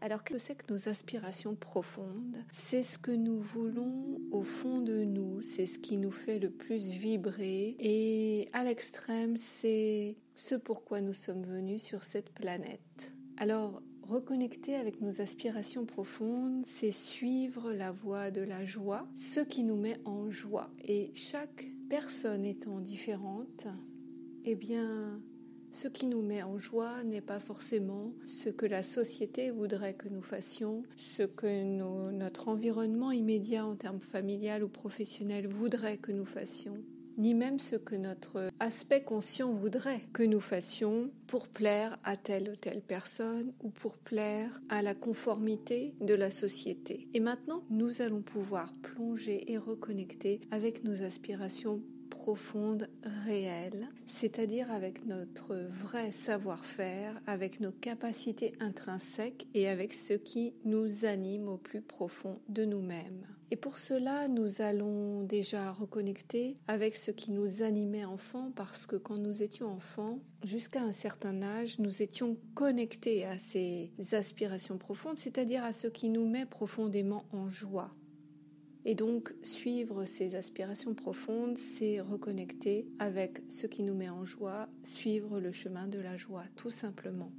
Alors, qu'est-ce que c'est que nos aspirations profondes? C'est ce que nous voulons au fond de nous, c'est ce qui nous fait le plus vibrer, et à l'extrême, c'est ce pourquoi nous sommes venus sur cette planète. Alors, reconnecter avec nos aspirations profondes, c'est suivre la voie de la joie, ce qui nous met en joie. Et chaque personne étant différente, eh bien, ce qui nous met en joie n'est pas forcément ce que la société voudrait que nous fassions, ce que notre environnement immédiat en termes familial ou professionnel voudrait que nous fassions, ni même ce que notre aspect conscient voudrait que nous fassions pour plaire à telle ou telle personne ou pour plaire à la conformité de la société. Et maintenant, nous allons pouvoir plonger et reconnecter avec nos aspirations profonde, réelle, c'est-à-dire avec notre vrai savoir-faire, avec nos capacités intrinsèques et avec ce qui nous anime au plus profond de nous-mêmes. Et pour cela, nous allons déjà reconnecter avec ce qui nous animait enfant, parce que quand nous étions enfants, jusqu'à un certain âge, nous étions connectés à ces aspirations profondes, c'est-à-dire à ce qui nous met profondément en joie. Et donc, suivre ces aspirations profondes, c'est reconnecter avec ce qui nous met en joie, suivre le chemin de la joie, tout simplement.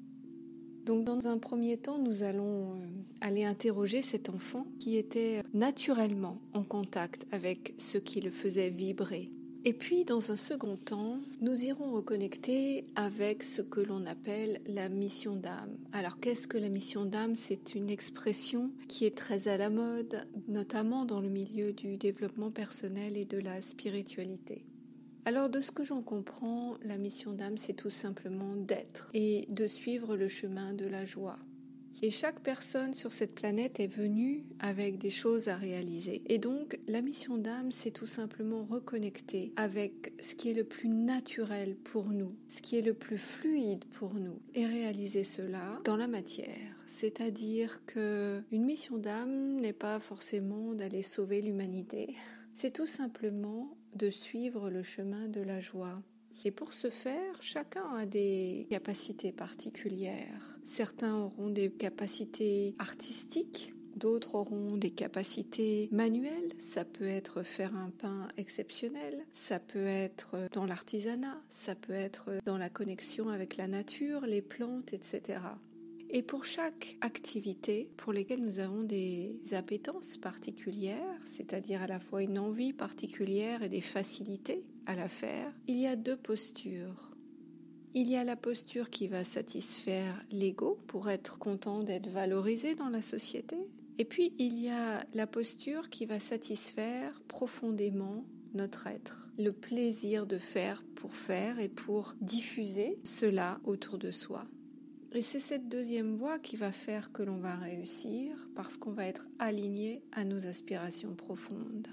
Donc, dans un premier temps, nous allons aller interroger cet enfant qui était naturellement en contact avec ce qui le faisait vibrer. Et puis, dans un second temps, nous irons reconnecter avec ce que l'on appelle la mission d'âme. Alors, qu'est-ce que la mission d'âme? C'est une expression qui est très à la mode, notamment dans le milieu du développement personnel et de la spiritualité. Alors, de ce que j'en comprends, la mission d'âme, c'est tout simplement d'être et de suivre le chemin de la joie. Et chaque personne sur cette planète est venue avec des choses à réaliser. Et donc, la mission d'âme, c'est tout simplement reconnecter avec ce qui est le plus naturel pour nous, ce qui est le plus fluide pour nous, et réaliser cela dans la matière. C'est-à-dire que une mission d'âme n'est pas forcément d'aller sauver l'humanité. C'est tout simplement de suivre le chemin de la joie. Et pour ce faire, chacun a des capacités particulières. Certains auront des capacités artistiques, d'autres auront des capacités manuelles. Ça peut être faire un pain exceptionnel, ça peut être dans l'artisanat, ça peut être dans la connexion avec la nature, les plantes, etc. Et pour chaque activité pour lesquelles nous avons des appétences particulières, c'est-à-dire à la fois une envie particulière et des facilités à la faire, il y a deux postures. Il y a la posture qui va satisfaire l'ego pour être content d'être valorisé dans la société. Et puis il y a la posture qui va satisfaire profondément notre être, le plaisir de faire et pour diffuser cela autour de soi. Et c'est cette deuxième voie qui va faire que l'on va réussir, parce qu'on va être aligné à nos aspirations profondes.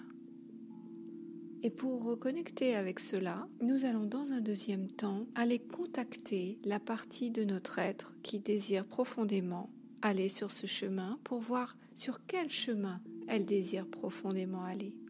Et pour reconnecter avec cela, nous allons dans un deuxième temps aller contacter la partie de notre être qui désire profondément aller sur ce chemin, pour voir sur quel chemin elle désire profondément aller.